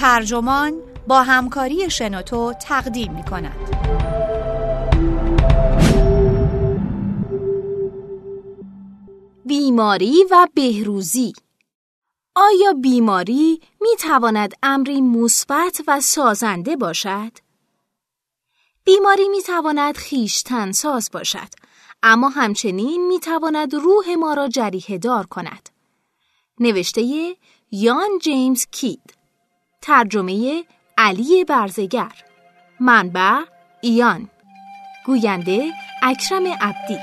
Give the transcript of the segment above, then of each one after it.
ترجمان با همکاری شنوتو تقدیم می‌کند. بیماری و بهروزی. آیا بیماری می‌تواند امری مثبت و سازنده باشد؟ بیماری می‌تواند خویشتن‌ساز باشد، اما همچنین می‌تواند روح ما را جریحه دار کند. نوشته یان جیمز کید، ترجمه علی برزگر، منبع ایان، گوینده اکرم عبدی.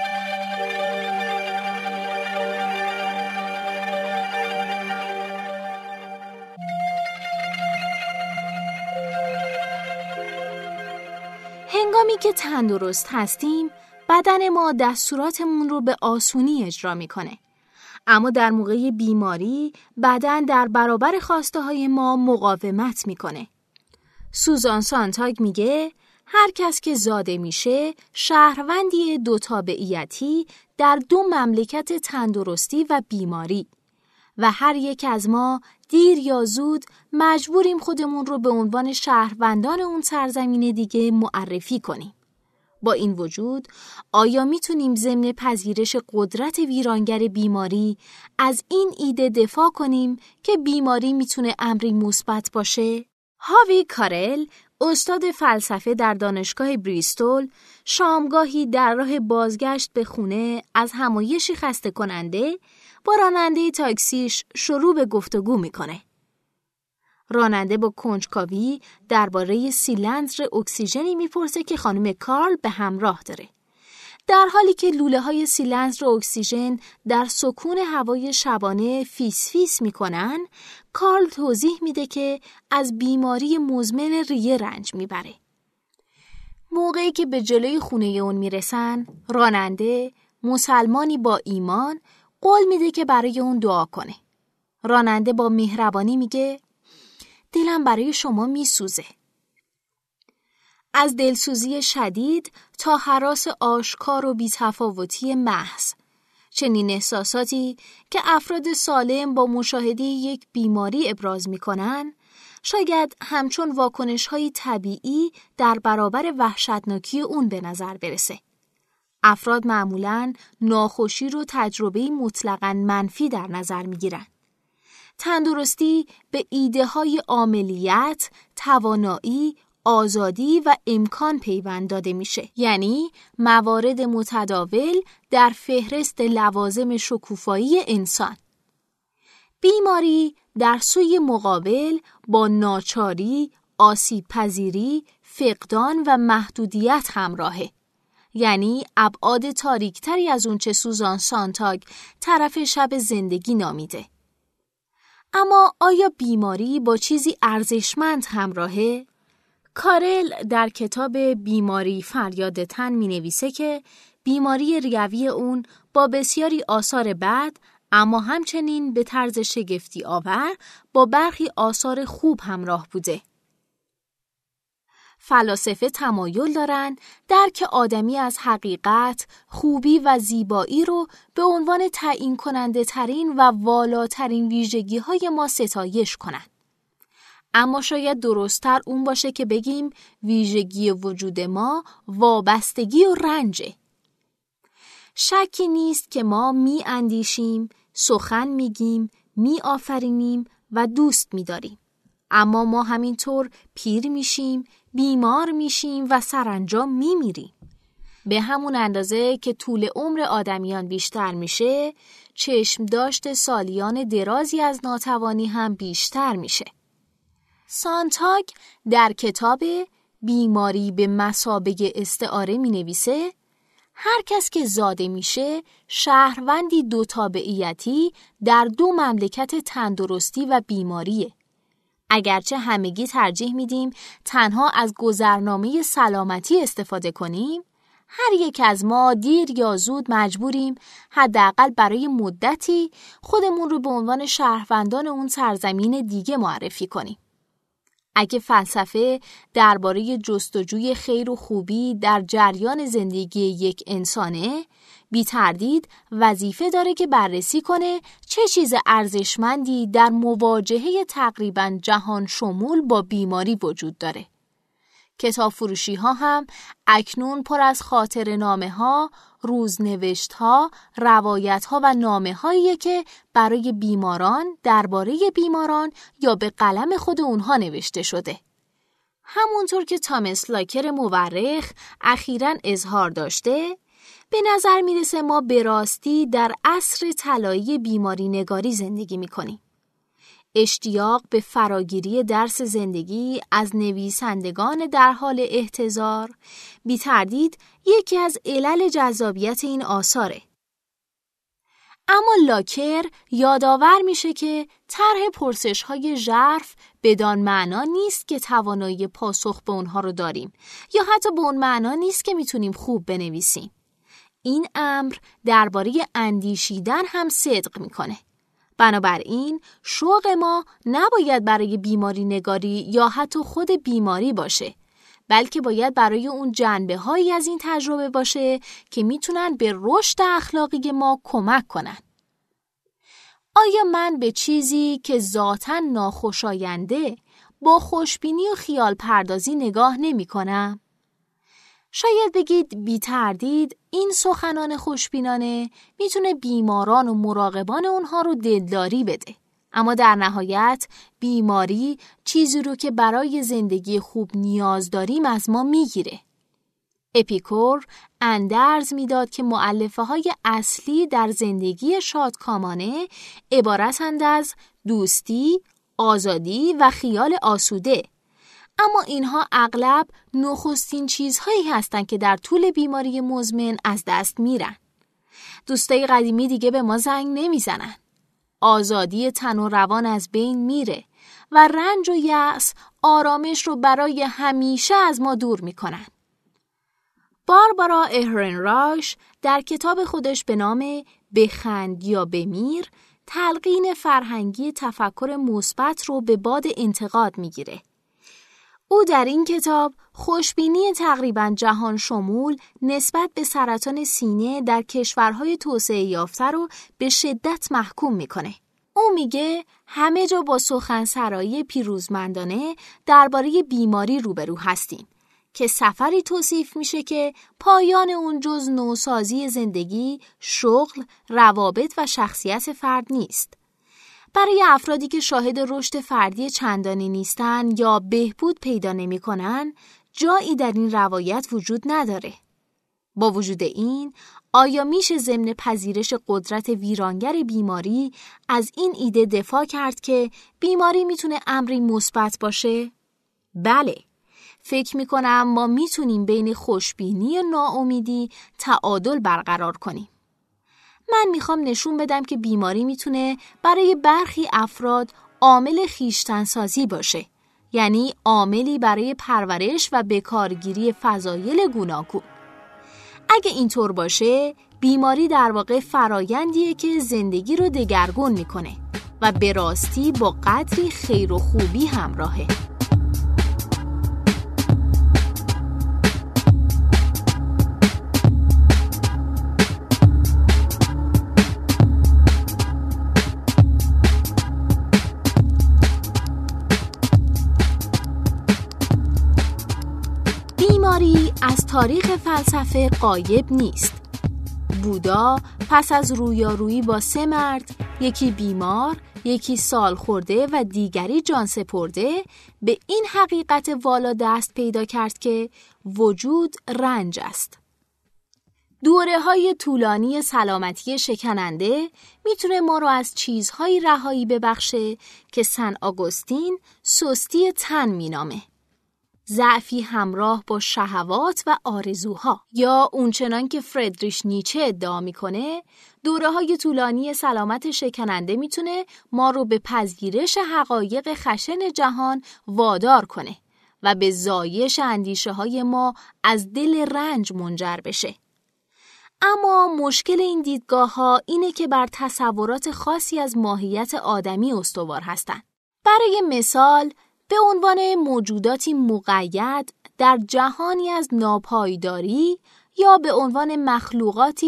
هنگامی که تندرست هستیم، بدن ما دستوراتمون رو به آسونی اجرا میکنه. اما در موقع بیماری، بدن در برابر خواسته های ما مقاومت میکنه. سوزان سانتاگ میگه هر کس که زاده میشه، شهروندی دو تابعیتی در دو مملکت تندرستی و بیماری. و هر یک از ما دیر یا زود مجبوریم خودمون رو به عنوان شهروندان اون سرزمین دیگه معرفی کنیم. با این وجود، آیا میتونیم ضمن پذیرش قدرت ویرانگر بیماری از این ایده دفاع کنیم که بیماری میتونه امری مثبت باشه؟ هاوی کارل، استاد فلسفه در دانشگاه بریستول، شامگاهی در راه بازگشت به خونه از همایشی خسته کننده با راننده تاکسیش شروع به گفتگو میکنه. راننده با کنجکاوی درباره سیلندر اکسیژنی میپرسه که خانم کارل به همراه داره. در حالی که لوله‌های سیلندر اکسیژن در سکون هوای شبانه فیس فیس میکنن، کارل توضیح میده که از بیماری مزمن ریه رنج میبره. موقعی که به جلوی خونه اون میرسن، راننده، مسلمانی با ایمان، قول میده که برای اون دعا کنه. راننده با مهربانی میگه دلم برای شما میسوزه. از دلسوزی شدید تا هراس آشکار و بی‌تفاوتی محض، چنین احساساتی که افراد سالم با مشاهده یک بیماری ابراز میکنن، شاید همچون واکنش‌های طبیعی در برابر وحشتناکی اون به نظر برسه. افراد معمولاً ناخوشی رو تجربه‌ای مطلقاً منفی در نظر میگیرن. تندرستی به ایده‌های عاملیت، توانایی، آزادی و امکان پیوند داده میشه. یعنی موارد متداول در فهرست لوازم شکوفایی انسان. بیماری در سوی مقابل با ناچاری، آسیب پذیری، فقدان و محدودیت همراهه. یعنی ابعاد تاریکتری از اون چه سوزان سانتاگ طرف شب زندگی نامیده. اما آیا بیماری با چیزی ارزشمند همراهه؟ کارل در کتاب بیماری فریاد تن می نویسه که بیماری ریوی اون با بسیاری آثار بد، اما همچنین به طرز شگفتی آور با برخی آثار خوب همراه بوده. فلاسفه تمایل دارن درک آدمی از حقیقت، خوبی و زیبایی رو به عنوان تعیین کننده ترین و والاترین ویژگی های ما ستایش کنن. اما شاید درست‌تر اون باشه که بگیم ویژگی وجود ما وابستگی و رنجه. شکی نیست که ما می اندیشیم، سخن میگیم، می آفرینیم و دوست می داریم. اما ما همینطور پیر میشیم، بیمار میشیم و سرانجام میمیریم. به همون اندازه که طول عمر آدمیان بیشتر میشه، چشم داشت سالیان درازی از ناتوانی هم بیشتر میشه. سانتاگ در کتاب بیماری به مثابه استعاره می نویسه هر کس که زاده میشه شهروندی دو تابعیتی در دو مملکت تندرستی و بیماریه. اگرچه همگی ترجیح میدیم تنها از گذرنامه سلامتی استفاده کنیم، هر یک از ما دیر یا زود مجبوریم حداقل برای مدتی خودمون رو به عنوان شهروندان اون سرزمین دیگه معرفی کنیم. اگه فلسفه درباره جستجوی خیر و خوبی در جریان زندگی یک انسانه، بی تردید وظیفه داره که بررسی کنه چه چیز ارزشمندی در مواجهه تقریباً جهان شمول با بیماری وجود داره. کتاب فروشی ها هم اکنون پر از خاطرنامه ها، روزنوشت ها، روایت ها و نامه هاییه که برای بیماران، درباره بیماران یا به قلم خود اونها نوشته شده. همونطور که تامس لاکر مورخ اخیراً اظهار داشته، به نظر میرسه ما به راستی در عصر طلایی بیماری نگاری زندگی میکنیم. اشتیاق به فراگیری درس زندگی از نویسندگان در حال احتضار بی تردید یکی از علل جذابیت این آثاره. اما لاکر یادآور میشه که طرح پرسش‌های ژرف بدان معنا نیست که توانایی پاسخ به اونها رو داریم یا حتی به اون معنا نیست که میتونیم خوب بنویسیم. این امر درباره اندیشیدن هم صدق میکنه. بنابراین شوق ما نباید برای بیماری نگاری یا حتی خود بیماری باشه، بلکه باید برای اون جنبه‌هایی از این تجربه باشه که میتونن به رشد اخلاقی ما کمک کنن. آیا من به چیزی که ذاتاً ناخوشاینده با خوشبینی و خیال پردازی نگاه نمی کنم؟ شاید بگید بی تردید این سخنان خوشبینانه میتونه بیماران و مراقبان اونها رو دلداری بده. اما در نهایت بیماری چیزی رو که برای زندگی خوب نیاز داریم از ما میگیره. اپیکور اندرز میداد که مؤلفه های اصلی در زندگی شادکامانه عبارتند از دوستی، آزادی و خیال آسوده. اما اینها اغلب نخستین چیزهایی هستند که در طول بیماری مزمن از دست میرن. دوستای قدیمی دیگه به ما زنگ نمیزنن. آزادی تن و روان از بین میره و رنج و یأس آرامش رو برای همیشه از ما دور میکنن. باربارا اهرنراش در کتاب خودش به نام بخند یا بمیر تلقین فرهنگی تفکر مثبت رو به باد انتقاد میگیره. او در این کتاب خوشبینی تقریباً جهان شمول نسبت به سرطان سینه در کشورهای توسعه یافته رو به شدت محکوم میکنه. او میگه همه جا با سخنسرایی پیروزمندانه درباره بیماری روبرو هستیم که سفری توصیف میشه که پایان اون جز نوسازی زندگی، شغل، روابط و شخصیت فرد نیست. برای افرادی که شاهد رشد فردی چندانی نیستن یا بهبود پیدا نمی‌کنن، جایی در این روایت وجود نداره. با وجود این، آیا میشه ضمن پذیرش قدرت ویرانگر بیماری از این ایده دفاع کرد که بیماری میتونه امری مثبت باشه؟ بله. فکر میکنم ما میتونیم بین خوشبینی و ناامیدی تعادل برقرار کنیم. من میخوام نشون بدم که بیماری میتونه برای برخی افراد عامل خویشتن‌سازی باشه، یعنی عاملی برای پرورش و بکارگیری فضایل گوناگون. اگه اینطور باشه، بیماری در واقع فرایندیه که زندگی رو دگرگون میکنه و به راستی با قدری خیر و خوبی همراهه. بیماری از تاریخ فلسفه غایب نیست. بودا پس از رویارویی با 3 مرد، یکی بیمار، یکی سال خورده و دیگری جان سپرده، به این حقیقت والا دست پیدا کرد که وجود رنج است. دوره‌های طولانی سلامتی شکننده میتونه ما رو از چیزهایی رهایی ببخشه که سن آگوستین سستی تن مینامه. ضعفی همراه با شهوات و آرزوها، یا اونچنان که فردریش نیچه ادعا میکنه دوره‌های طولانی سلامت شکننده میتونه ما رو به پذیرش حقایق خشن جهان وادار کنه و به زایش اندیشه‌های ما از دل رنج منجر بشه. اما مشکل این دیدگاه‌ها اینه که بر تصورات خاصی از ماهیت آدمی استوار هستن. برای مثال به عنوان موجوداتی مقید در جهانی از ناپایداری یا به عنوان مخلوقاتی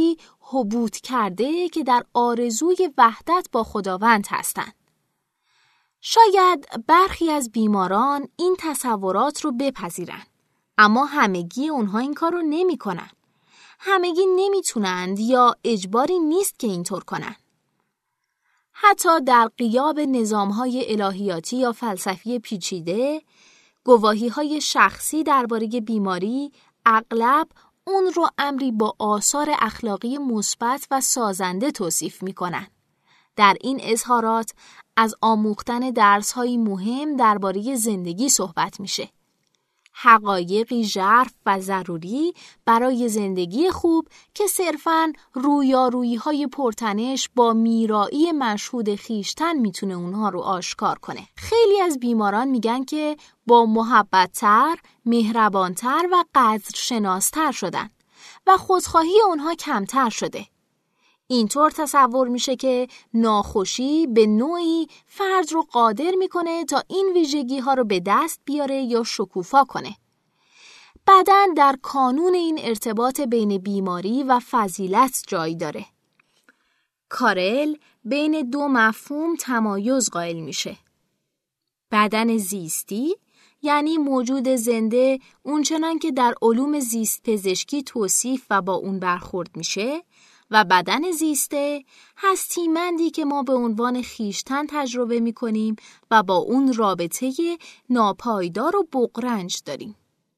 حبوط کرده که در آرزوی وحدت با خداوند هستند. شاید برخی از بیماران این تصورات رو بپذیرن، اما همگی اونها این کار رو نمی کنن. همگی نمیتونند یا اجباری نیست که اینطور کنن. حتی در غیاب نظام‌های الهیاتی یا فلسفی پیچیده، گواهی‌های شخصی درباره بیماری اغلب اون رو امری با آثار اخلاقی مثبت و سازنده توصیف می‌کنن. در این اظهارات از آموختن درس‌های مهم درباره زندگی صحبت میشه. حقایقی ژرف و ضروری برای زندگی خوب که صرفاً رویارویی‌های پرتنش با میرایی مشهود خیشتن میتونه اونها رو آشکار کنه. خیلی از بیماران میگن که با محبت‌تر، مهربان‌تر و قدرشناس‌تر شدن و خودخواهی اونها کمتر شده. اینطور تصور میشه که ناخوشی به نوعی فرد رو قادر میکنه تا این ویژگی ها رو به دست بیاره یا شکوفا کنه. بدن در کانون این ارتباط بین بیماری و فضیلت جای داره. کارل بین دو مفهوم تمایز قائل میشه. بدن زیستی یعنی موجود زنده اونچنان که در علوم زیست پزشکی توصیف و با اون برخورد میشه، و بدن زیسته هستیمندی که ما به عنوان خیشتن تجربه می‌کنیم و با اون رابطه ناپایدار و بغرنج داریم.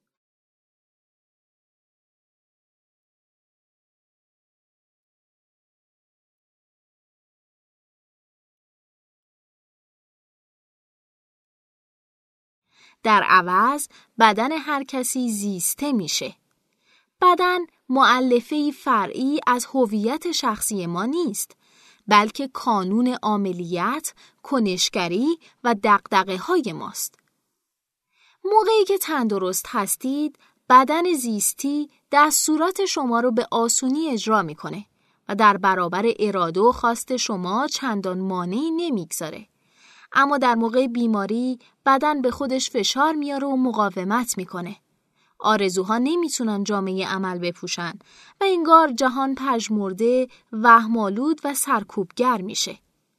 در عوض بدن هر کسی زیسته میشه. بدن مؤلفه‌ای فرعی از هویت شخصی ما نیست، بلکه کانون عاملیت، کنشگری و دغدغه‌های ماست. موقعی که تندرست هستید، بدن زیستی دستورات شما رو به آسونی اجرا میکنه و در برابر اراده و خواست شما چندان مانعی نمیگذاره. اما در موقع بیماری بدن به خودش فشار میاره و مقاومت میکنه. آرزوها نمیتونن جامعه عمل بپوشن و انگار جهان پژمرده، وهم‌آلود و سرکوبگر میشه.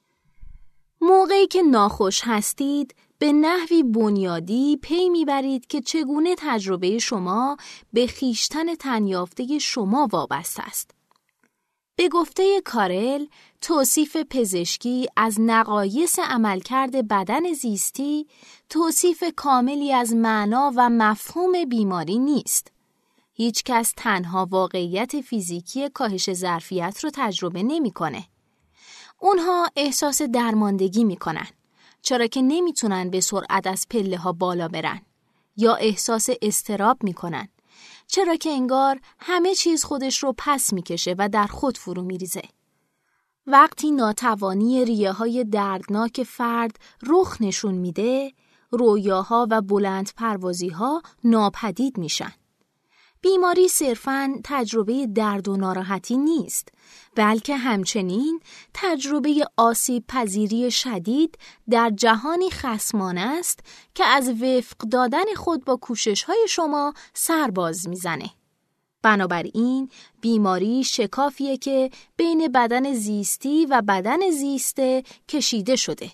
موقعی که ناخوش هستید، به نحوی بنیادی پی میبرید که چگونه تجربه شما به خویشتن تن‌یافته شما وابسته است. به گفته کارل، توصیف پزشکی از نقایص عملکرد بدن زیستی توصیف کاملی از معنا و مفهوم بیماری نیست. هیچ کس تنها واقعیت فیزیکی کاهش ظرفیت رو تجربه نمی‌کنه. اونها احساس درماندگی می‌کنن، چرا که نمی‌تونن به سرعت از پله‌ها بالا برن، یا احساس اضطراب می‌کنن، چرا که انگار همه چیز خودش رو پس میکشه و در خود فرو میریزه. وقتی ناتوانی ریه‌های دردناک فرد رخ نشون میده، رویاها و بلند پروازی‌ها ناپدید میشن. بیماری صرفاً تجربه درد و ناراحتی نیست، بلکه همچنین تجربه آسیب پذیری شدید در جهانی خصمانه است که از وفق دادن خود با کوشش‌های شما سرباز میزنه. بنابراین بیماری شکافیه که بین بدن زیستی و بدن زیسته کشیده شده.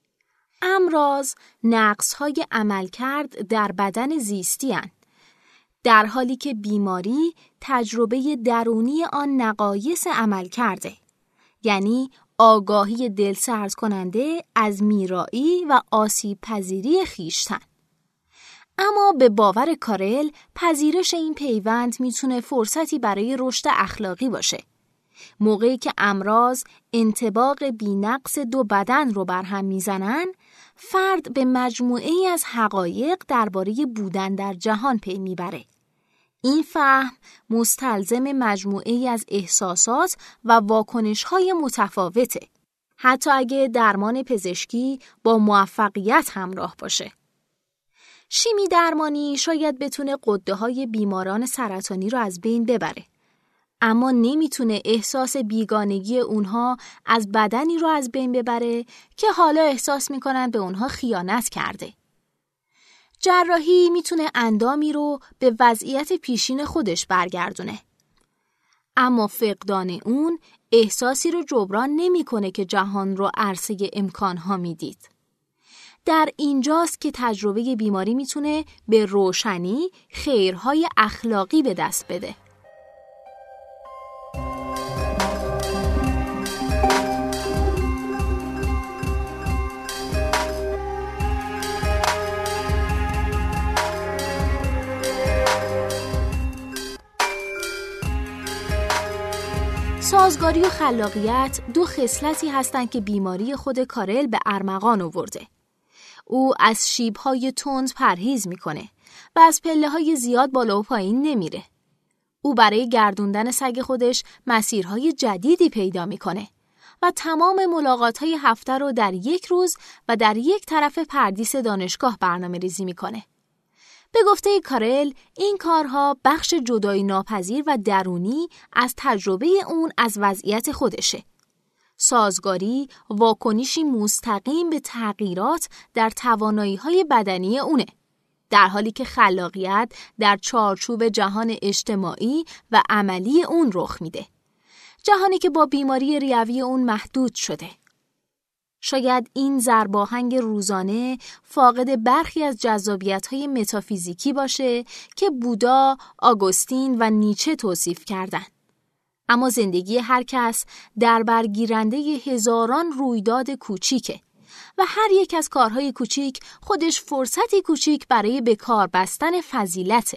امراض نقص‌های عملکرد در بدن زیستی هستند، در حالی که بیماری تجربه درونی آن نقایص عمل کرده، یعنی آگاهی دلسرد کننده از میرایی و آسیب پذیری خویشتن. اما به باور کارل، پذیرش این پیوند میتونه فرصتی برای رشد اخلاقی باشه. موقعی که امراض انطباق بی‌نقص دو بدن رو برهم میزنن، فرد به مجموعه‌ای از حقایق درباره بودن در جهان پی میبره. این فهم مستلزم مجموعه‌ای از احساسات و واکنش‌های متفاوته، حتی اگه درمان پزشکی با موفقیت همراه باشه. شیمی درمانی شاید بتونه غده‌های بیماران سرطانی رو از بین ببره، اما نمیتونه احساس بیگانگی اونها از بدنی رو از بین ببره که حالا احساس میکنن به اونها خیانت کرده. جراحی میتونه اندامی رو به وضعیت پیشین خودش برگردونه، اما فقدان اون احساسی رو جبران نمی‌کنه که جهان رو عرصه امکانها میدید. در اینجاست که تجربه بیماری میتونه به روشنی خیرهای اخلاقی به دست بده. سازگاری و خلاقیت دو خصلتی هستند که بیماری خود کارل به ارمغان آورده. او از شیب‌های تند پرهیز میکنه و از پله‌های زیاد بالا و پایین نمیره. او برای گردوندن سگ خودش مسیرهای جدیدی پیدا میکنه و تمام ملاقات‌های هفته رو در یک روز و در یک طرف پردیس دانشگاه برنامه‌ریزی میکنه. به گفته کارل، این کارها بخش جدایی ناپذیر و درونی از تجربه اون از وضعیت خودشه. سازگاری واکنشی مستقیم به تغییرات در توانایی‌های بدنی اونه، در حالی که خلاقیت در چارچوب جهان اجتماعی و عملی اون رخ میده. جهانی که با بیماری ریوی اون محدود شده. شاید این ضرباهنگ روزانه فاقد برخی از جذابیت‌های متافیزیکی باشه که بودا، آگوستین و نیچه توصیف کردند. اما زندگی هر کس در برگیرنده هزاران رویداد کوچیکه و هر یک از کارهای کوچیک خودش فرصتی کوچیک برای به کار بستن فضیلته.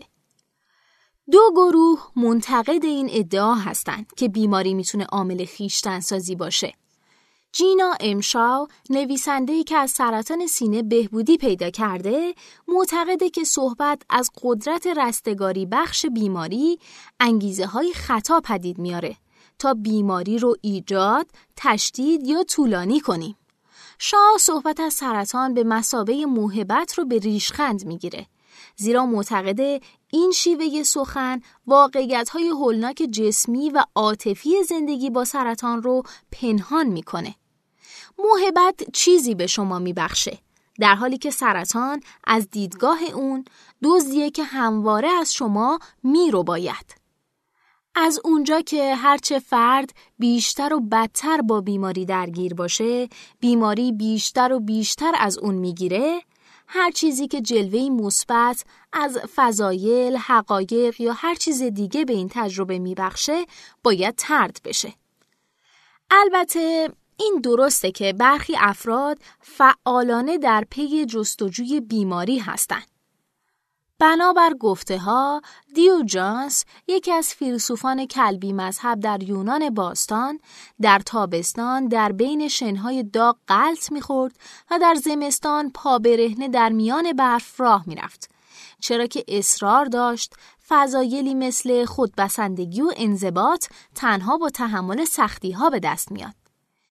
دو گروه منتقد این ادعا هستند که بیماری میتونه عامل خویشتن‌سازی باشه. جینا امشاو، نویسنده‌ای که از سرطان سینه بهبودی پیدا کرده، معتقده که صحبت از قدرت رستگاری بخش بیماری انگیزه‌های خطا پدید میاره تا بیماری رو ایجاد، تشدید یا طولانی کنیم. شاه صحبت از سرطان به مثابه موهبت رو به ریشخند میگیره، زیرا معتقده این شیوه سخن واقعیت‌های هولناک جسمی و عاطفی زندگی با سرطان رو پنهان میکنه. موهبت چیزی به شما میبخشه، در حالی که سرطان از دیدگاه اون دزدیه که همواره از شما میرباید. از اونجا که هرچه فرد بیشتر و بدتر با بیماری درگیر باشه، بیماری بیشتر و بیشتر از اون میگیره، هر چیزی که جلوه‌ای مثبت از فضایل، حقایق یا هر چیز دیگه به این تجربه میبخشه باید طرد بشه. البته این درسته که برخی افراد فعالانه در پی جستجوی بیماری هستند. بنابر گفته ها، دیوجانس، یکی از فیلسوفان کلبی مذهب در یونان باستان، در تابستان در بین شنهای داغ غلط می‌خورد و در زمستان پا برهنه در میان برف راه می‌رفت، چرا که اصرار داشت فضایلی مثل خودبسندگی و انضباط تنها با تحمل سختی‌ها به دست میاد.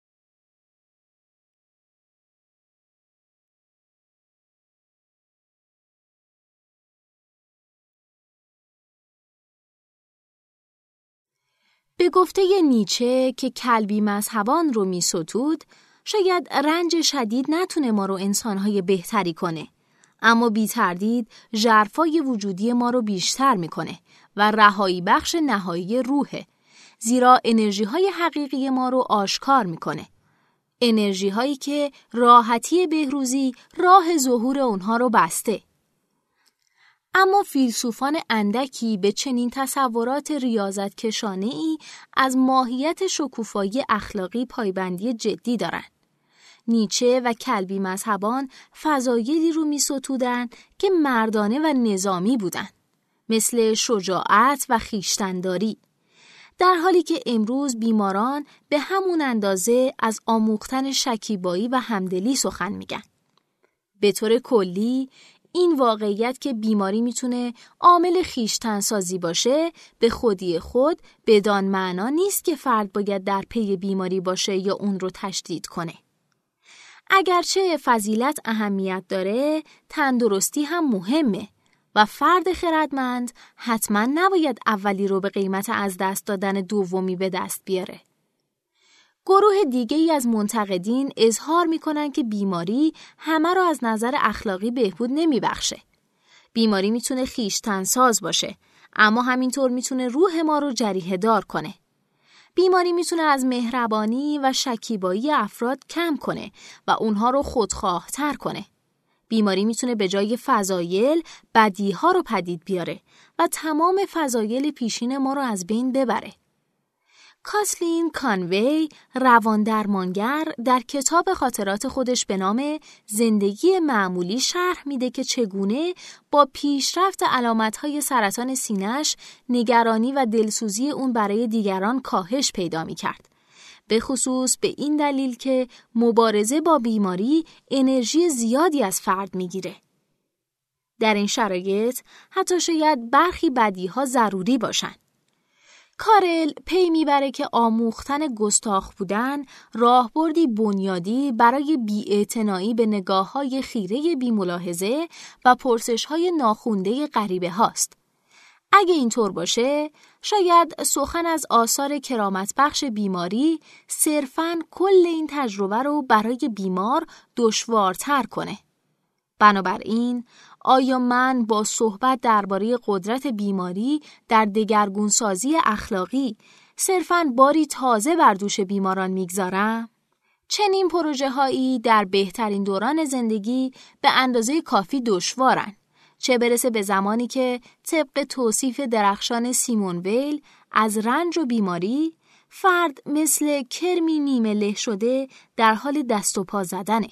به گفته نیچه که کلبی مذهبان رو می ستود، شاید رنج شدید نتونه ما رو انسانهای بهتری کنه، اما بی تردید ژرفای وجودی ما رو بیشتر میکنه و رهایی بخش نهایی روحه، زیرا انرژی های حقیقی ما رو آشکار میکنه. انرژی هایی که راحتی بهروزی راه ظهور اونها رو بسته. اما فیلسوفان اندکی به چنین تصورات ریاضت کشانه‌ای از ماهیت شکوفایی اخلاقی پایبندی جدی دارند. نیچه و کلبی مذهبان فضایلی رو می ستودن که مردانه و نظامی بودن، مثل شجاعت و خویشتن‌داری، در حالی که امروز بیماران به همون اندازه از آموختن شکیبایی و همدلی سخن میگن. به طور کلی این واقعیت که بیماری میتونه عامل خویشتن‌سازی باشه به خودی خود بدان معنا نیست که فرد باید در پی بیماری باشه یا اون رو تشدید کنه. اگرچه فضیلت اهمیت داره، تندرستی هم مهمه و فرد خردمند حتما نباید اولی رو به قیمت از دست دادن دومی به دست بیاره. گروه دیگه‌ای از منتقدین اظهار می‌کنن که بیماری همه رو از نظر اخلاقی بهبود نمی‌بخشه. بیماری میتونه خویشتن‌ساز باشه، اما همینطور میتونه روح ما رو جریحه دار کنه. بیماری میتونه از مهربانی و شکیبایی افراد کم کنه و اونها رو خودخواه‌تر کنه. بیماری میتونه به جای فضایل بدیها رو پدید بیاره و تمام فضایل پیشین ما رو از بین ببره. کاسلین کانوی رواندرمانگر در کتاب خاطرات خودش به نام زندگی معمولی شرح میده که چگونه با پیشرفت علامت‌های سرطان سینه‌اش نگرانی و دلسوزی اون برای دیگران کاهش پیدا می‌کرد. به خصوص به این دلیل که مبارزه با بیماری انرژی زیادی از فرد می‌گیره. در این شرایط حتی شاید برخی بدیها ضروری باشن. کارل پی میبره که آموختن گستاخ بودن راهبردی بنیادی برای بی‌اعتنایی به نگاه‌های خیره بی‌ملاحظه و پرسش‌های ناخوانده غریبه هاست. اگه اینطور باشه، شاید سخن از آثار کرامت بخش بیماری صرفاً کل این تجربه رو برای بیمار دشوارتر کنه. بنابراین، آیا من با صحبت درباره قدرت بیماری در دگرگونسازی اخلاقی صرفاً باری تازه بر دوش بیماران میگذارم؟ چنین پروژه هایی در بهترین دوران زندگی به اندازه کافی دشوارن، چه برسه به زمانی که طبق توصیف درخشان سیمون ویل از رنج و بیماری، فرد مثل کرمی نیمه له شده در حال دست و پا زدنه.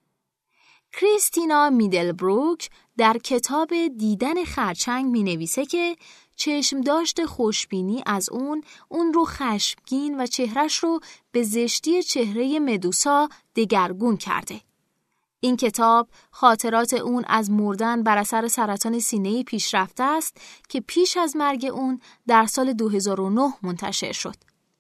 کریستینا میدلبروک در کتاب دیدن خرچنگ می نویسه که چشم داشت خوشبینی از اون رو خشمگین و چهرش رو به زشتی چهره مدوسا دگرگون کرده. این کتاب خاطرات اون از مردن بر اثر سرطان سینه پیشرفته است که پیش از مرگ اون در سال 2009 منتشر شد.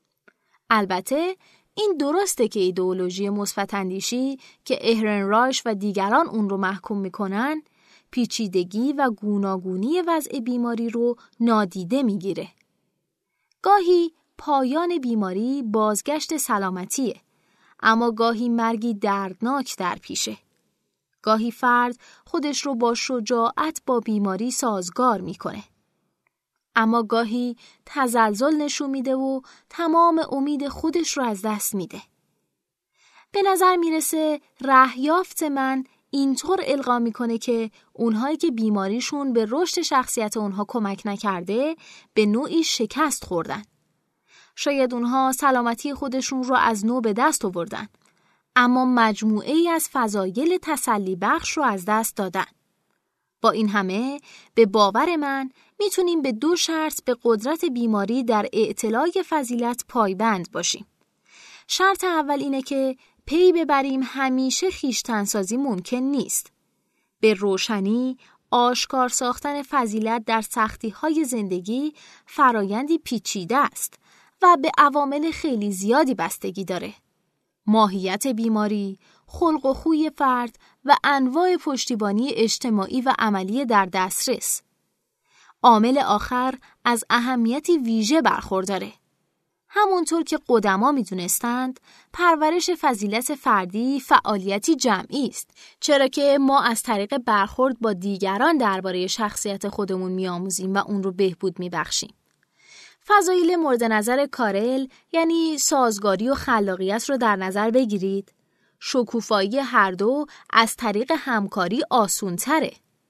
البته این درسته که ایدئولوژی مثبت اندیشی که اهرنرایش و دیگران اون رو محکوم میکنن، پیچیدگی و گوناگونی وضع بیماری رو نادیده میگیره. گاهی پایان بیماری بازگشت سلامتیه، اما گاهی مرگی دردناک در پیشه. گاهی فرد خودش رو با شجاعت با بیماری سازگار میکنه. اما گاهی تزلزل نشون میده و تمام امید خودش رو از دست میده. به نظر میرسه رهیافت من اینطور القا میکنه که اونهایی که بیماریشون به رشد شخصیت اونها کمک نکرده به نوعی شکست خوردن. شاید اونها سلامتی خودشون رو از نو به دست آوردن، اما مجموعه ای از فضایل تسلی بخش رو از دست دادن. با این همه به باور من میتونیم به 2 شرط به قدرت بیماری در اعتلای فضیلت پایبند باشیم. شرط اول اینه که پی ببریم همیشه خویشتن‌سازی ممکن نیست. به روشنی آشکار ساختن فضیلت در سختی‌های زندگی فرایندی پیچیده است و به عوامل خیلی زیادی بستگی داره. ماهیت بیماری، خلق و خوی فرد و انواع پشتیبانی اجتماعی و عملی در دسترس. عامل آخر از اهمیتی ویژه برخورداره. همونطور که قدما میدونستند، پرورش فضیلت فردی فعالیتی جمعی است، چرا که ما از طریق برخورد با دیگران درباره شخصیت خودمون میآموزیم و اون رو بهبود میبخشیم. فضایل مورد نظر کارل یعنی سازگاری و خلاقیت رو در نظر بگیرید. شکوفایی هر دو از طریق همکاری آسون‌تره.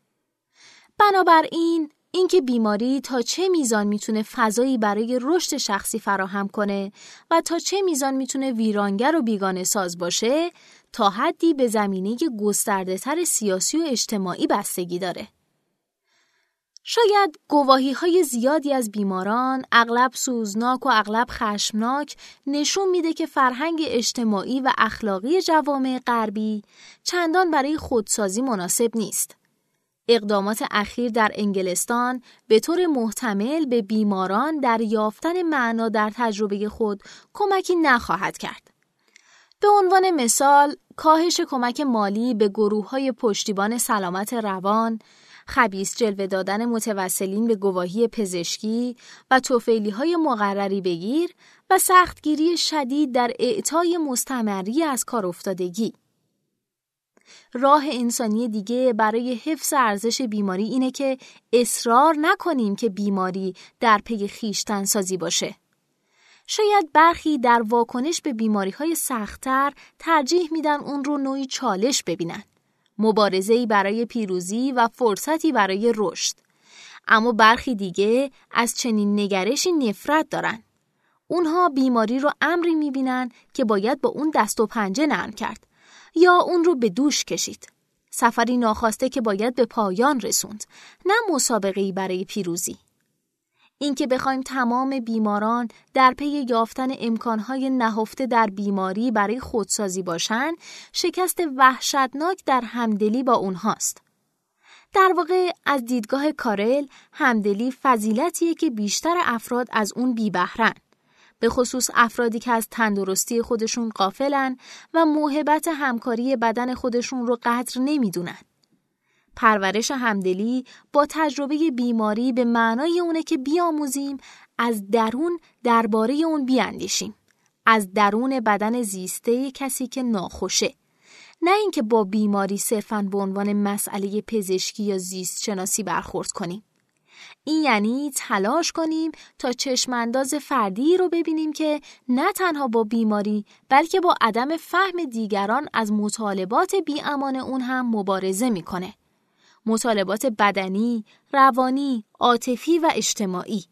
بنابراین اینکه بیماری تا چه میزان میتونه فضایی برای رشد شخصی فراهم کنه و تا چه میزان میتونه ویرانگر و بیگانه ساز باشه، تا حدی به زمینه گسترده‌تر سیاسی و اجتماعی بستگی داره. شاید گواهی‌های زیادی از بیماران، اغلب سوزناک و اغلب خشمناک، نشون میده که فرهنگ اجتماعی و اخلاقی جوامع غربی چندان برای خودسازی مناسب نیست. اقدامات اخیر در انگلستان به طور محتمل به بیماران در یافتن معنا در تجربه خود کمکی نخواهد کرد. به عنوان مثال، کاهش کمک مالی به گروه‌های پشتیبان سلامت روان، خبیث جلوه دادن متوسلین به گواهی پزشکی و طفیلی‌های مقرری بگیر و سختگیری شدید در اعطای مستمری از کار افتادگی. راه انسانی دیگه برای حفظ ارزش بیماری اینه که اصرار نکنیم که بیماری در پی خویشتن‌سازی باشه. شاید برخی در واکنش به بیماری‌های سخت‌تر ترجیح میدن اون رو نوعی چالش ببینن، مبارزه‌ای برای پیروزی و فرصتی برای رشد. اما برخی دیگه از چنین نگرشی نفرت دارن. اونها بیماری رو امری میبینن که باید با اون دست و پنجه نرم کرد یا اون رو به دوش کشید. سفری ناخواسته که باید به پایان رسوند، نه مسابقه‌ای برای پیروزی. این که بخوایم تمام بیماران در پی یافتن امکانهای نهفته در بیماری برای خودسازی باشن، شکست وحشتناک در همدلی با اونهاست. در واقع از دیدگاه کارل، همدلی فضیلتیه که بیشتر افراد از اون بی بهره‌اند، به خصوص افرادی که از تندرستی خودشون غافلن و موهبت همکاری بدن خودشون رو قدر نمیدونن. پرورش همدلی با تجربه بیماری به معنای اونه که بیاموزیم از درون درباره اون بیاندیشیم، از درون بدن زیسته کسی که ناخوشه، نه اینکه با بیماری صرفاً به عنوان مسئله پزشکی یا زیست شناسی برخورد کنیم. این یعنی تلاش کنیم تا چشمانداز فردی رو ببینیم که نه تنها با بیماری بلکه با عدم فهم دیگران از مطالبات بی‌امان اون هم مبارزه میکنه. مطالبات بدنی، روانی، عاطفی و اجتماعی.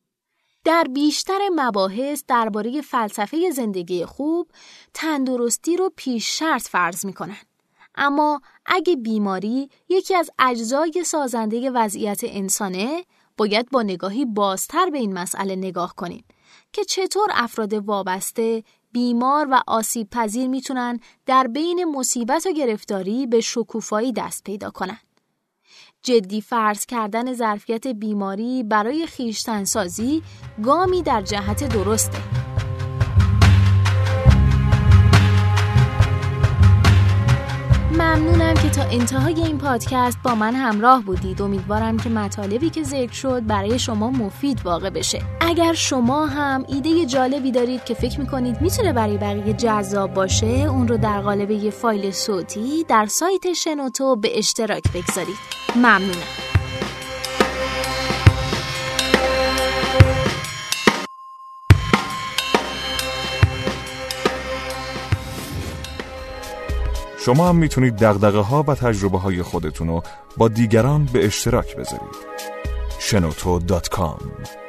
در بیشتر مباحث درباره فلسفه زندگی خوب، تندرستی رو پیش شرط فرض میکنن. اما اگه بیماری یکی از اجزای سازنده وضعیت انسانه، باید با نگاهی بازتر به این مسئله نگاه کنیم که چطور افراد وابسته، بیمار و آسیب پذیر میتونن در بین مصیبت و گرفتاری به شکوفایی دست پیدا کنن. جدی فرض کردن ظرفیت بیماری برای خویشتن‌سازی گامی در جهت درسته. ممنونم که تا انتهای این پادکست با من همراه بودید. امیدوارم که مطالبی که ذکر شد برای شما مفید واقع بشه. اگر شما هم ایده جالبی دارید که فکر میکنید میتونه برای بقیه جذاب باشه، اون رو در قالب یه فایل صوتی در سایت شنوتو به اشتراک بگذارید. ممنونم. شما هم میتونید دغدغه‌ها و تجربه‌های خودتون رو با دیگران به اشتراک بذارید. shenoto.com